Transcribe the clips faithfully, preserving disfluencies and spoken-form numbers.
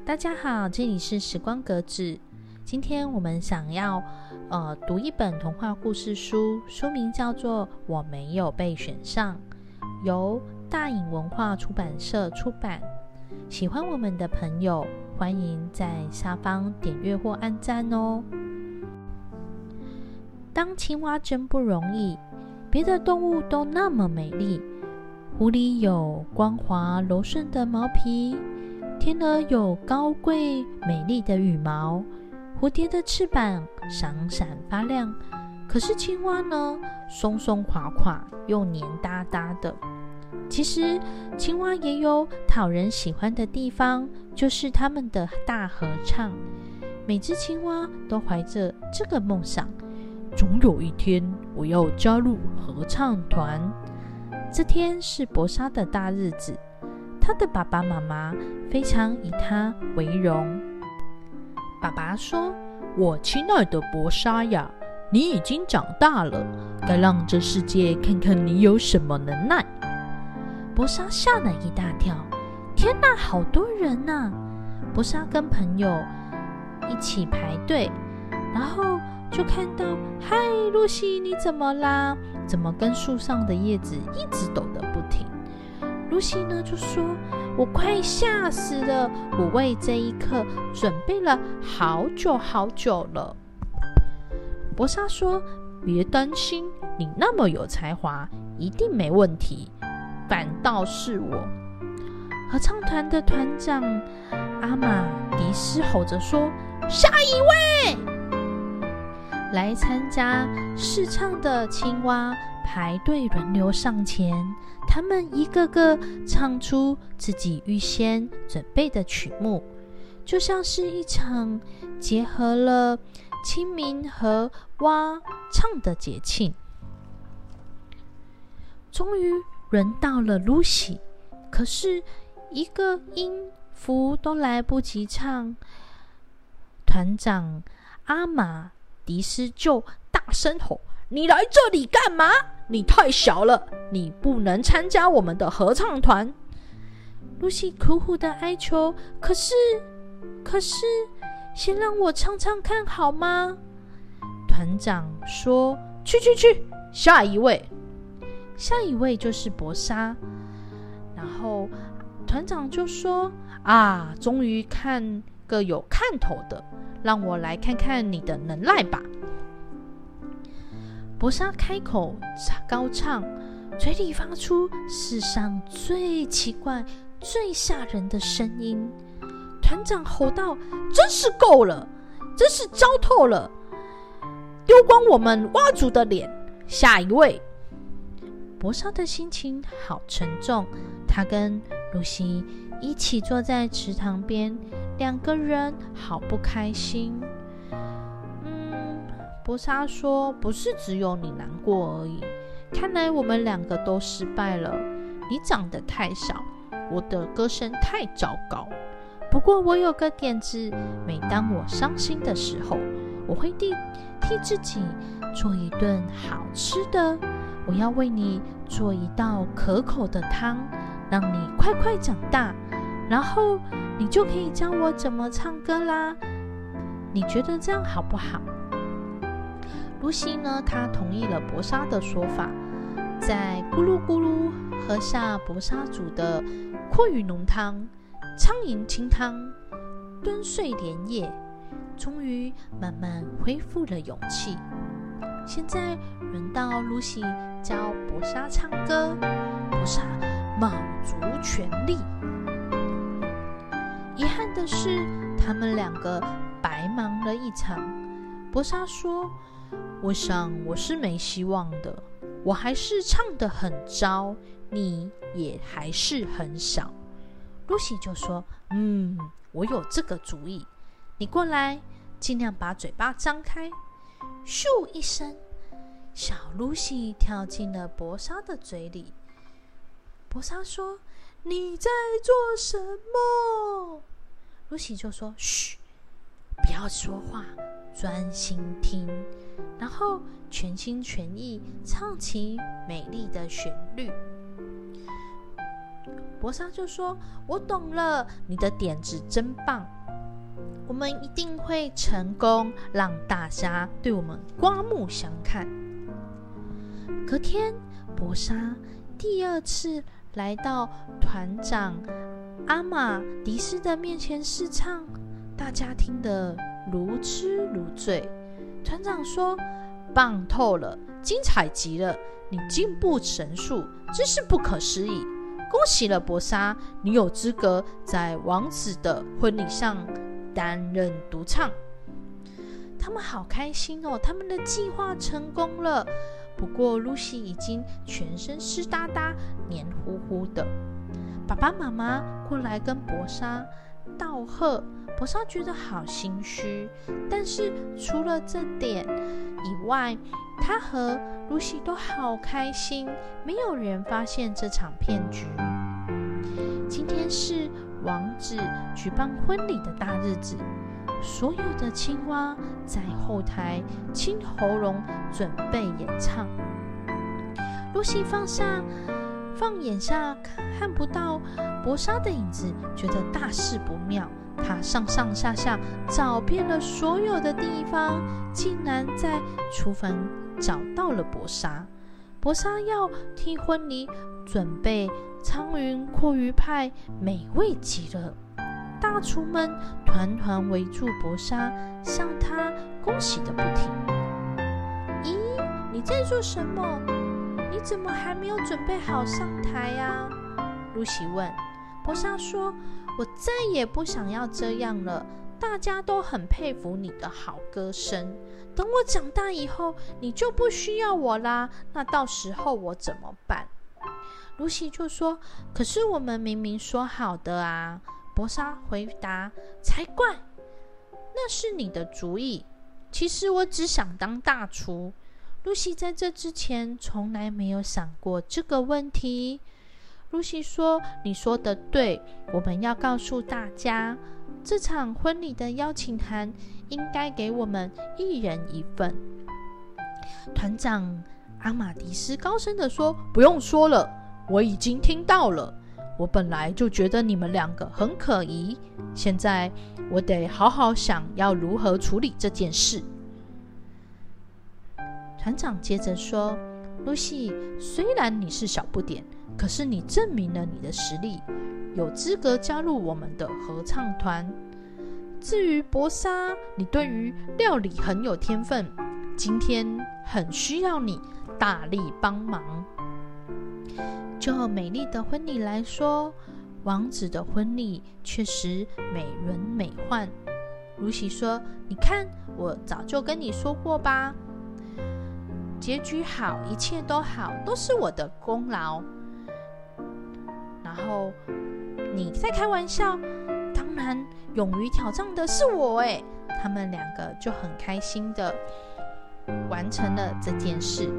大家好，这里是时光格子。今天我们想要呃读一本童话故事书，书名叫做《我没有被选上》，由大颖文化出版社出版。喜欢我们的朋友，欢迎在下方点阅或按赞哦。当青蛙真不容易，别的动物都那么美丽。狐狸有光滑柔顺的毛皮，天鹅有高贵美丽的羽毛，蝴蝶的翅膀闪闪发亮。可是青蛙呢，松松垮垮又黏哒哒的。其实青蛙也有讨人喜欢的地方，就是它们的大合唱。每只青蛙都怀着这个梦想，总有一天我要加入合唱团。这天是博莎的大日子，他的爸爸妈妈非常以他为荣。爸爸说：我亲爱的博莎呀，你已经长大了，该让这世界看看你有什么能耐。博莎吓了一大跳，天哪，好多人啊！博莎跟朋友一起排队，然后就看到，嗨，露西，你怎么啦？怎么跟树上的叶子一直抖得不停？露西呢就说：我快吓死了，我为这一刻准备了好久好久了。博莎说：别担心，你那么有才华，一定没问题。反倒是我。合唱团的团长阿玛迪斯吼着说：下一位！来参加试唱的青蛙排队轮流上前，他们一个个唱出自己预先准备的曲目，就像是一场结合了清明和蛙唱的节庆。终于轮到了露西，可是一个音符都来不及唱，团长阿玛迪斯就大声吼：你来这里干嘛？你太小了，你不能参加我们的合唱团。露西苦苦的哀求：可是可是先让我唱唱看好吗？团长说：去去去，下一位。下一位就是博莎。然后团长就说：啊，终于看个有看头的，让我来看看你的能耐吧。博莎开口高唱，嘴里发出世上最奇怪最吓人的声音。团长吼道：真是够了，真是糟透了，丢光我们蛙族的脸。下一位。博莎的心情好沉重，她跟露西一起坐在池塘边，两个人好不开心。嗯，博莎说：不是只有你难过而已，看来我们两个都失败了。你长得太小，我的歌声太糟糕。不过我有个点子，每当我伤心的时候，我会替替自己做一顿好吃的。我要为你做一道可口的汤，让你快快长大，然后你就可以教我怎么唱歌啦。你觉得这样好不好？露西呢，她同意了博莎的说法，在咕噜咕噜喝下博莎煮的阔鱼浓汤、苍蝇清汤，蹲睡连夜，终于慢慢恢复了勇气。现在轮到露西教博莎唱歌，博莎卯足全力。遗憾的是，他们两个白忙了一场。博莎说：我想我是没希望的，我还是唱得很糟，你也还是很小。露西就说：嗯，我有这个主意，你过来，尽量把嘴巴张开。咻一声，小露西跳进了博莎的嘴里。博莎说：你在做什么？露西就说：嘘，不要说话，专心听，然后全心全意唱起美丽的旋律。 博莎就说：我懂了，你的点子真棒，我们一定会成功，让大家对我们刮目相看。隔天，博莎第二次来到团长阿玛迪斯的面前试唱，大家听得如痴如醉。团长说：棒透了，精彩极了，你进步神速，真是不可思议。恭喜了，博莎，你有资格在王子的婚礼上担任独唱。他们好开心哦，他们的计划成功了。不过露西已经全身湿哒哒、黏糊糊的。爸爸妈妈过来跟博莎道贺，博莎觉得好心虚，但是除了这点以外，她和露西都好开心，没有人发现这场骗局。今天是王子举办婚礼的大日子，所有的青蛙在后台清喉咙准备演唱。露西放下放眼下看不到博莎的影子，觉得大事不妙。她上上下下找遍了所有的地方，竟然在厨房找到了博莎。博莎要替婚礼准备苍云阔鱼派，美味极了。大厨们团团围住博莎，向她恭喜的不停。咦，你在做什么？你怎么还没有准备好上台啊？露西问。博莎说：我再也不想要这样了，大家都很佩服你的好歌声。等我长大以后，你就不需要我啦，那到时候我怎么办？露西就说：可是我们明明说好的啊。博莎回答：才怪，那是你的主意，其实我只想当大厨。露西在这之前从来没有想过这个问题。露西说：你说的对，我们要告诉大家，这场婚礼的邀请函应该给我们一人一份。团长阿玛迪斯高声地说：不用说了，我已经听到了。我本来就觉得你们两个很可疑，现在我得好好想要如何处理这件事。团长接着说：露西，虽然你是小不点，可是你证明了你的实力，有资格加入我们的合唱团。至于博莎，你对于料理很有天分，今天很需要你大力帮忙。就美丽的婚礼来说，王子的婚礼确实美轮美奂。露西说：你看，我早就跟你说过吧，结局好，一切都好，都是我的功劳。然后你在开玩笑，当然勇于挑战的是我诶。他们两个就很开心的完成了这件事。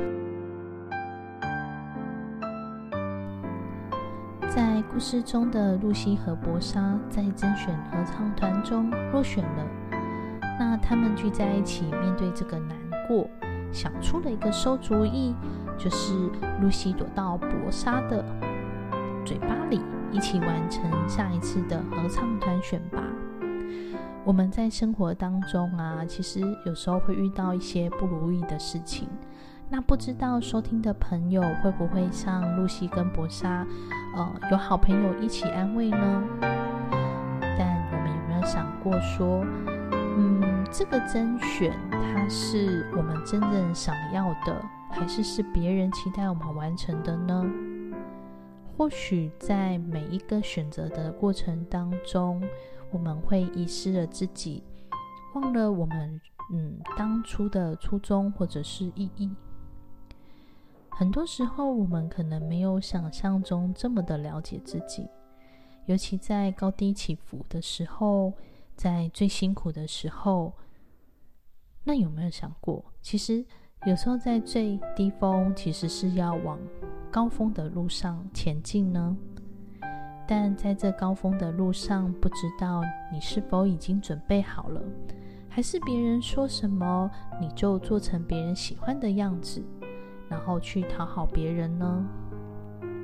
在故事中的露西和博莎在甄选合唱团中落选了，那他们聚在一起面对这个难过，想出了一个馊主意，就是露西躲到博莎的嘴巴里，一起完成下一次的合唱团选拔。我们在生活当中啊，其实有时候会遇到一些不如意的事情，那不知道收听的朋友会不会像露西跟博莎呃，有好朋友一起安慰呢？但我们有没有想过说嗯，这个甄选它是我们真正想要的，还是是别人期待我们完成的呢？或许在每一个选择的过程当中，我们会遗失了自己，忘了我们嗯当初的初衷或者是意义。很多时候我们可能没有想象中这么的了解自己，尤其在高低起伏的时候，在最辛苦的时候，那有没有想过，其实有时候在最低峰其实是要往高峰的路上前进呢？但在这高峰的路上，不知道你是否已经准备好了，还是别人说什么你就做成别人喜欢的样子，然后去讨好别人呢？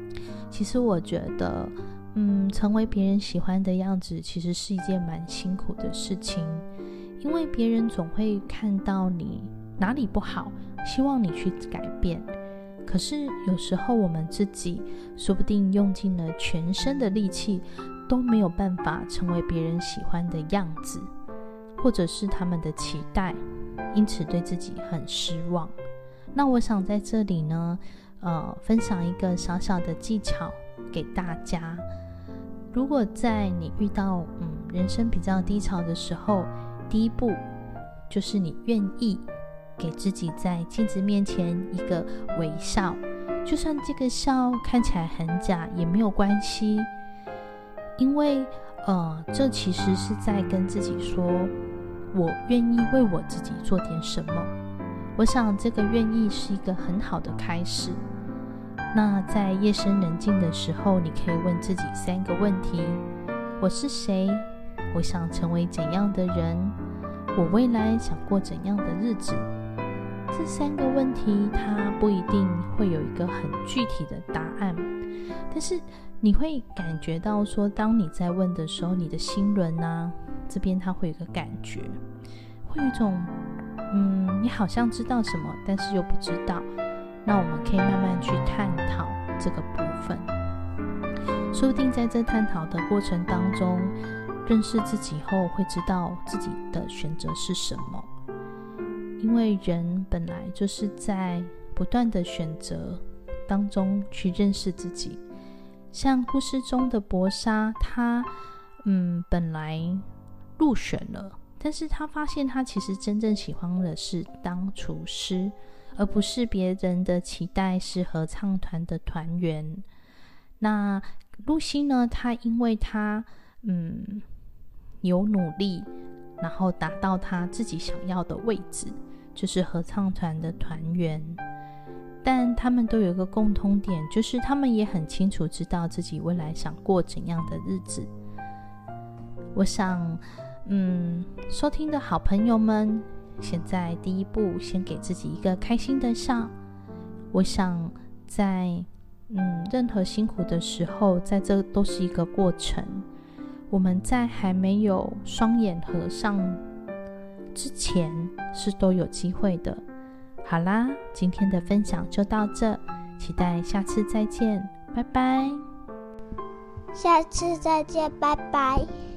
其实我觉得嗯，成为别人喜欢的样子其实是一件蛮辛苦的事情，因为别人总会看到你哪里不好，希望你去改变。可是有时候我们自己说不定用尽了全身的力气都没有办法成为别人喜欢的样子，或者是他们的期待，因此对自己很失望。那我想在这里呢呃，分享一个小小的技巧给大家。如果在你遇到嗯人生比较低潮的时候，第一步就是你愿意给自己在镜子面前一个微笑，就算这个笑看起来很假也没有关系，因为呃，这其实是在跟自己说，我愿意为我自己做点什么。我想这个愿意是一个很好的开始。那在夜深人静的时候，你可以问自己三个问题：我是谁？我想成为怎样的人？我未来想过怎样的日子？这三个问题它不一定会有一个很具体的答案，但是你会感觉到说，当你在问的时候，你的心轮啊这边它会有一个感觉，会有一种嗯，你好像知道什么，但是又不知道。那我们可以慢慢去探讨这个部分，说不定在这探讨的过程当中，认识自己后会知道自己的选择是什么。因为人本来就是在不断的选择当中去认识自己。像故事中的博莎，他嗯本来入选了，但是他发现他其实真正喜欢的是当厨师，而不是别人的期待是合唱团的团员。那露西呢，她因为她嗯有努力，然后达到她自己想要的位置，就是合唱团的团员。但他们都有一个共通点，就是他们也很清楚知道自己未来想过怎样的日子。我想嗯，收听的好朋友们，现在第一步先给自己一个开心的笑。我想在嗯任何辛苦的时候，在这都是一个过程。我们在还没有双眼合上之前是都有机会的。好啦，今天的分享就到这，期待下次再见，拜拜。 下次再见，拜拜。